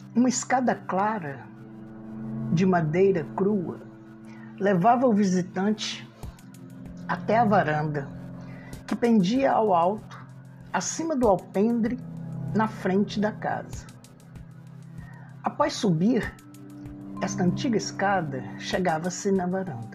Uma escada clara, de madeira crua, levava o visitante até a varanda, que pendia ao alto, acima do alpendre, na frente da casa. Após subir esta antiga escada, chegava-se na varanda.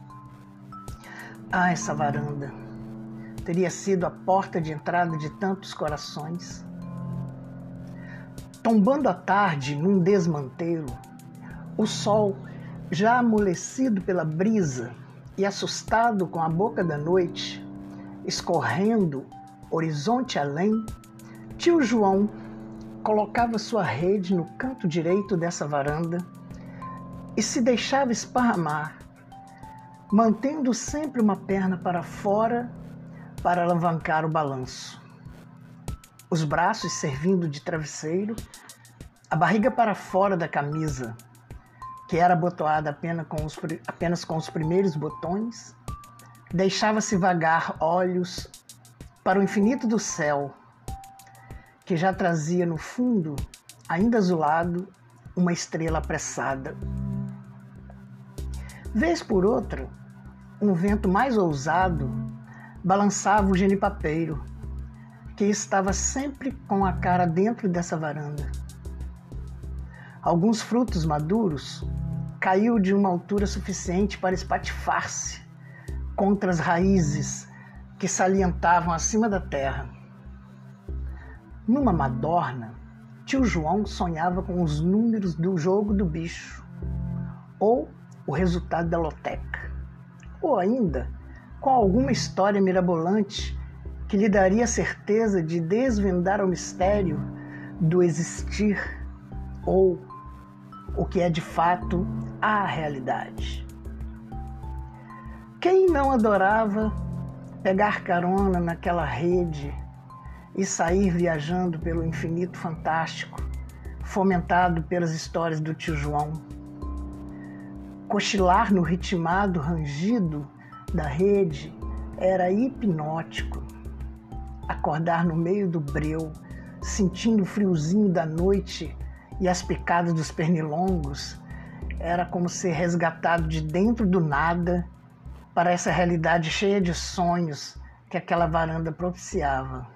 Ah, essa varanda teria sido a porta de entrada de tantos corações. Tombando a tarde num desmantelo, o sol, já amolecido pela brisa e assustado com a boca da noite, escorrendo horizonte além, tio João colocava sua rede no canto direito dessa varanda e se deixava esparramar, mantendo sempre uma perna para fora para alavancar o balanço. Os braços servindo de travesseiro, a barriga para fora da camisa, que era abotoada apenas com os primeiros botões, deixava-se vagar olhos para o infinito do céu, que já trazia no fundo, ainda azulado, uma estrela apressada. Vez por outra, um vento mais ousado balançava o genipapeiro, que estava sempre com a cara dentro dessa varanda. Alguns frutos maduros caíam de uma altura suficiente para espatifar-se contra as raízes que salientavam acima da terra. Numa madorna, tio João sonhava com os números do jogo do bicho, ou o resultado da loteca, ou ainda com alguma história mirabolante que lhe daria certeza de desvendar o mistério do existir, ou o que é de fato a realidade. Quem não adorava pegar carona naquela rede e sair viajando pelo infinito fantástico, fomentado pelas histórias do tio João? Cochilar no ritmado rangido da rede era hipnótico. Acordar no meio do breu, sentindo o friozinho da noite e as picadas dos pernilongos, era como ser resgatado de dentro do nada para essa realidade cheia de sonhos que aquela varanda propiciava.